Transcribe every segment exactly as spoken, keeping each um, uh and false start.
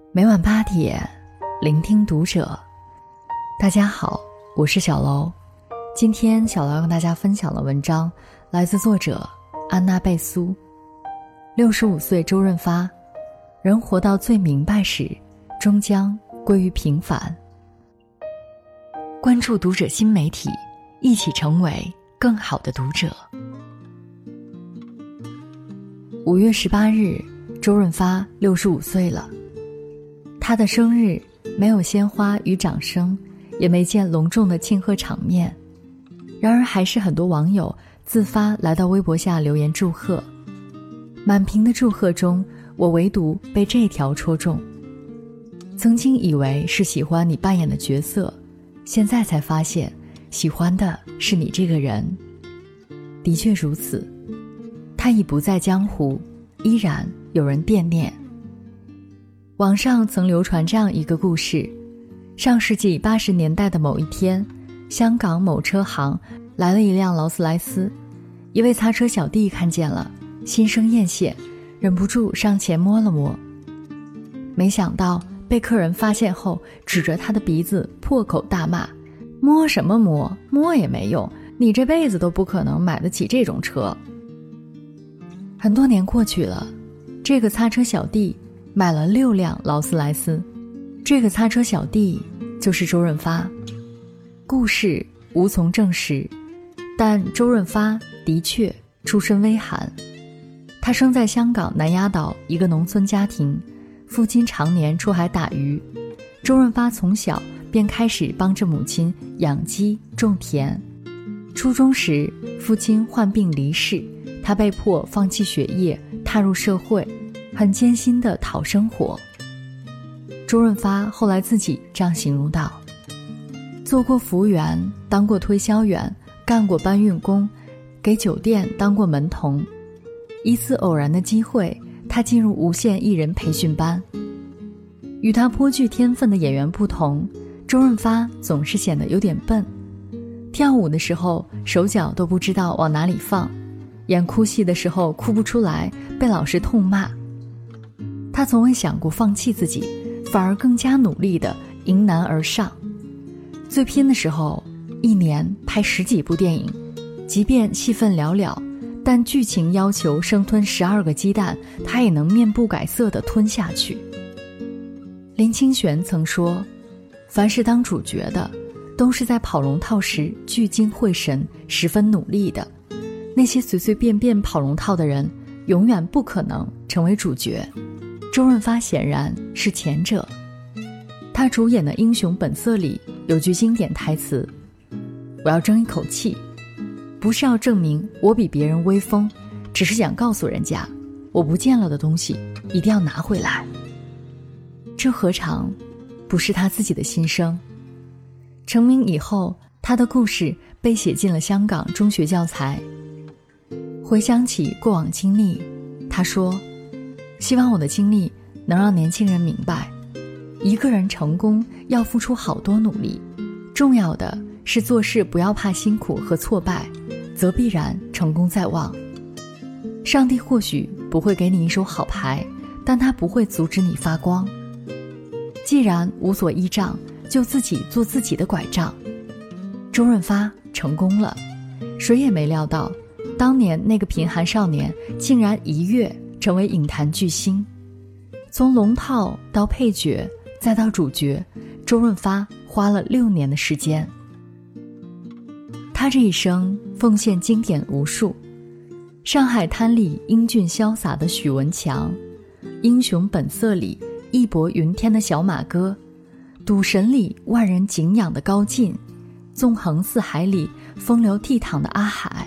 每晚八点，聆听读者。大家好，我是小楼。今天小楼要跟大家分享的文章来自作者安娜贝苏。六十五岁周润发，人活到最明白时，终将归于平凡。关注读者新媒体，一起成为更好的读者。五月十八日，周润发六十五岁了。他的生日没有鲜花与掌声，也没见隆重的庆贺场面，然而还是很多网友自发来到微博下留言祝贺。满屏的祝贺中，我唯独被这条戳中。曾经以为是喜欢你扮演的角色，现在才发现喜欢的是你这个人。的确如此，他已不在江湖，依然有人惦念。网上曾流传这样一个故事：上世纪八十年代的某一天，香港某车行来了一辆劳斯莱斯，一位擦车小弟看见了，心生艳羡，忍不住上前摸了摸。没想到被客人发现后，指着他的鼻子破口大骂：摸什么摸，摸也没用，你这辈子都不可能买得起这种车。很多年过去了，这个擦车小弟买了六辆劳斯莱斯，这个擦车小弟就是周润发。故事无从证实，但周润发的确出身微寒。他生在香港南丫岛一个农村家庭，父亲常年出海打鱼，周润发从小便开始帮着母亲养鸡种田。初中时，父亲患病离世，他被迫放弃学业，踏入社会，很艰辛地讨生活。周润发后来自己这样形容道：做过服务员，当过推销员，干过搬运工，给酒店当过门童。一次偶然的机会，他进入无线艺人培训班。与他颇具天分的演员不同，周润发总是显得有点笨。跳舞的时候手脚都不知道往哪里放，演哭戏的时候哭不出来，被老师痛骂。他从未想过放弃自己，反而更加努力地迎难而上。最拼的时候，一年拍十几部电影，即便戏份寥寥，但剧情要求生吞十二个鸡蛋，他也能面不改色地吞下去。林清玄曾说，凡是当主角的，都是在跑龙套时聚精会神，十分努力的。那些随随便便跑龙套的人，永远不可能成为主角。周润发显然是前者。他主演的《英雄本色》里有句经典台词：我要争一口气，不是要证明我比别人威风，只是想告诉人家，我不见了的东西一定要拿回来。这何尝不是他自己的心声？成名以后，他的故事被写进了香港中学教材。回想起过往经历，他说，希望我的经历能让年轻人明白，一个人成功要付出好多努力，重要的是做事不要怕辛苦和挫败，则必然成功在望。上帝或许不会给你一手好牌，但他不会阻止你发光。既然无所依仗，就自己做自己的拐杖。周润发成功了，谁也没料到，当年那个贫寒少年竟然一跃成为影坛巨星。从龙套到配角再到主角，周润发花了六年的时间。他这一生奉献经典无数，上海滩里英俊潇洒的许文强，英雄本色里义薄云天的小马哥，赌神里万人敬仰的高进，纵横四海里风流倜傥的阿海。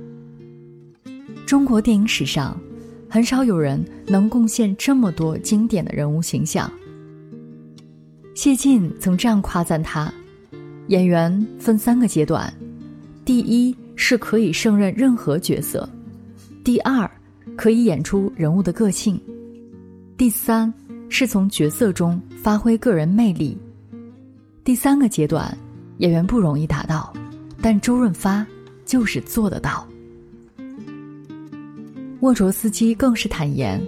中国电影史上很少有人能贡献这么多经典的人物形象。谢晋曾这样夸赞他：演员分三个阶段，第一是可以胜任任何角色，第二可以演出人物的个性，第三是从角色中发挥个人魅力。第三个阶段演员不容易达到，但周润发就是做得到。沃卓斯基更是坦言，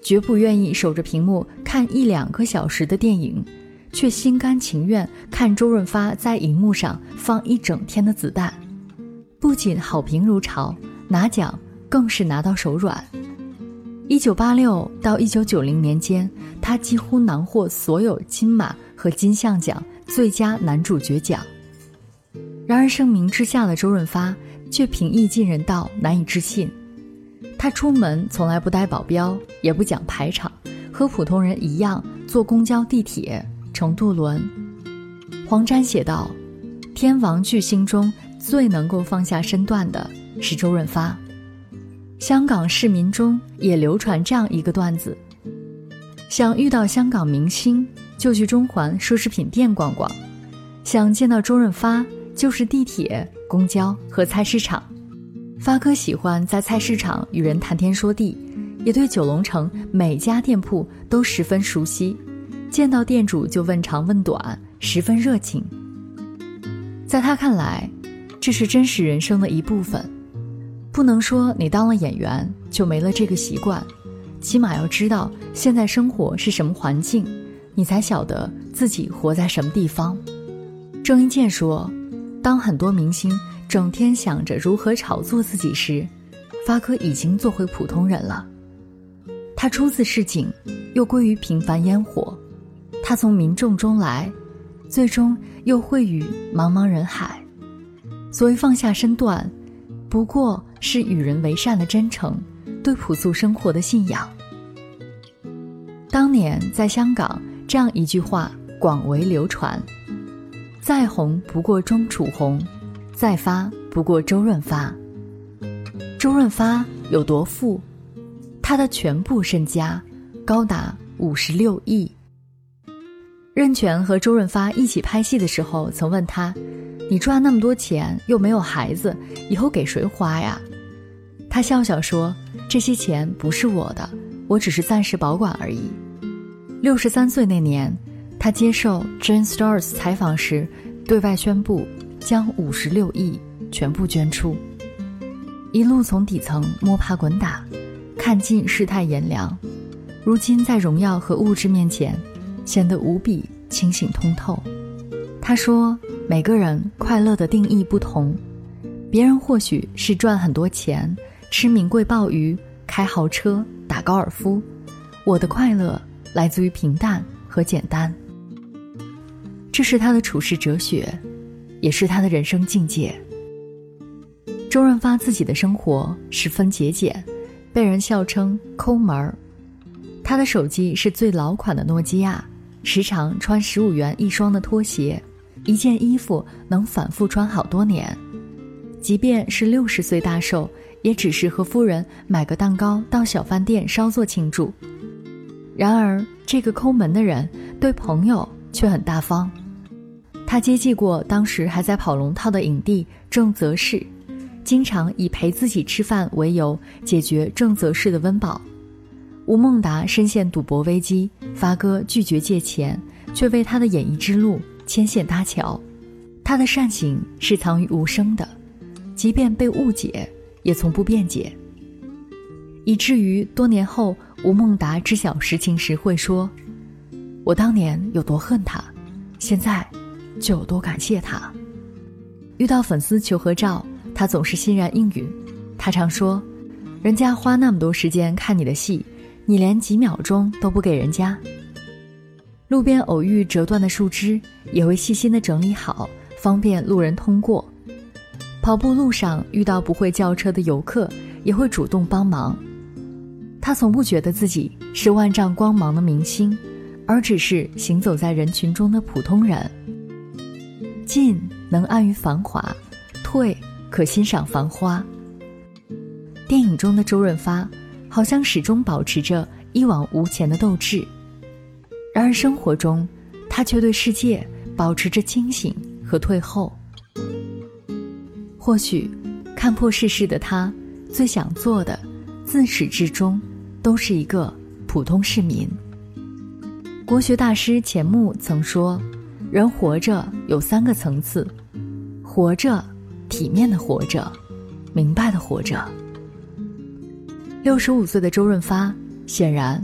绝不愿意守着屏幕看一两个小时的电影，却心甘情愿看周润发在荧幕上放一整天的子弹。不仅好评如潮，拿奖更是拿到手软。一九八六到一九九零年间，他几乎囊获所有金马和金像奖最佳男主角奖。然而盛名之下的周润发却平易近人到难以置信。他出门从来不带保镖，也不讲排场，和普通人一样坐公交、地铁、乘渡轮。黄沾写道，天王巨星中最能够放下身段的是周润发。香港市民中也流传这样一个段子，想遇到香港明星就去中环奢侈品店逛逛，想见到周润发就是地铁、公交和菜市场。发哥喜欢在菜市场与人谈天说地，也对九龙城每家店铺都十分熟悉，见到店主就问长问短，十分热情。在他看来，这是真实人生的一部分。不能说你当了演员就没了这个习惯，起码要知道现在生活是什么环境，你才晓得自己活在什么地方。郑伊健说，当很多明星整天想着如何炒作自己时，发哥已经做回普通人了。他出自市井，又归于平凡烟火，他从民众中来，最终又汇于茫茫人海。所谓放下身段，不过是与人为善的真诚，对朴素生活的信仰。当年在香港，这样一句话广为流传，再红不过钟楚红，再发不过周润发。周润发有多富？他的全部身家高达五十六亿。任泉和周润发一起拍戏的时候曾问他，你赚那么多钱又没有孩子，以后给谁花呀？他笑笑说，这些钱不是我的，我只是暂时保管而已。六十三岁那年，他接受 Jane Stars 采访时对外宣布将五十六亿全部捐出。一路从底层摸爬滚打，看尽世态炎凉，如今在荣耀和物质面前显得无比清醒通透。他说，每个人快乐的定义不同，别人或许是赚很多钱，吃名贵鲍鱼，开豪车，打高尔夫，我的快乐来自于平淡和简单。这是他的处世哲学，也是他的人生境界。周润发自己的生活十分节俭，被人笑称抠门儿。他的手机是最老款的诺基亚，时常穿十五元一双的拖鞋，一件衣服能反复穿好多年。即便是六十岁大寿，也只是和夫人买个蛋糕到小饭店稍作庆祝。然而这个抠门的人对朋友却很大方。他接济过当时还在跑龙套的影帝郑则仕，经常以陪自己吃饭为由解决郑则仕的温饱。吴孟达深陷赌博危机，发哥拒绝借钱，却为他的演艺之路牵线搭桥。他的善行是藏于无声的，即便被误解也从不辩解，以至于多年后吴孟达知晓实情时会说，我当年有多恨他，现在就有多感谢他。遇到粉丝求合照，他总是欣然应允。他常说，人家花那么多时间看你的戏，你连几秒钟都不给人家。路边偶遇折断的树枝，也会细心地整理好，方便路人通过。跑步路上遇到不会叫车的游客，也会主动帮忙。他从不觉得自己是万丈光芒的明星，而只是行走在人群中的普通人。进能安于繁华，退可欣赏繁花。电影中的周润发好像始终保持着一往无前的斗志，然而生活中他却对世界保持着清醒和退后。或许看破世事的他，最想做的自始至终都是一个普通市民。国学大师钱穆曾说，人活着有三个层次，活着，体面的活着，明白的活着。六十五岁的周润发显然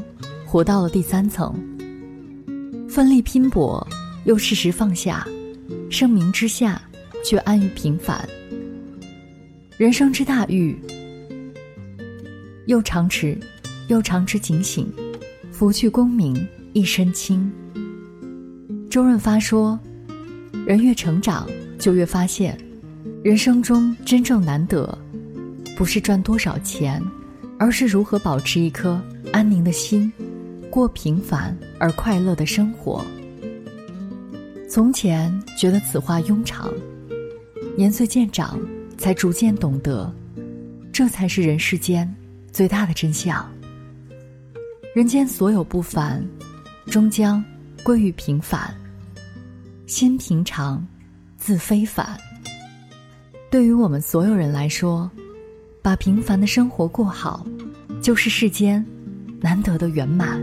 活到了第三层。奋力拼搏，又适时放下，盛名之下，却安于平凡。人生之大欲，又常持，又常持警醒，拂去功名一身轻。周润发说，人越成长，就越发现，人生中真正难得，不是赚多少钱，而是如何保持一颗安宁的心，过平凡而快乐的生活。从前觉得此话庸常，年岁渐长，才逐渐懂得，这才是人世间最大的真相。人间所有不凡，终将归于平凡。心平常，自非凡。对于我们所有人来说，把平凡的生活过好，就是世间难得的圆满。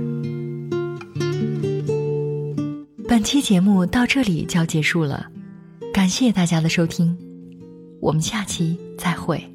本期节目到这里就要结束了，感谢大家的收听，我们下期再会。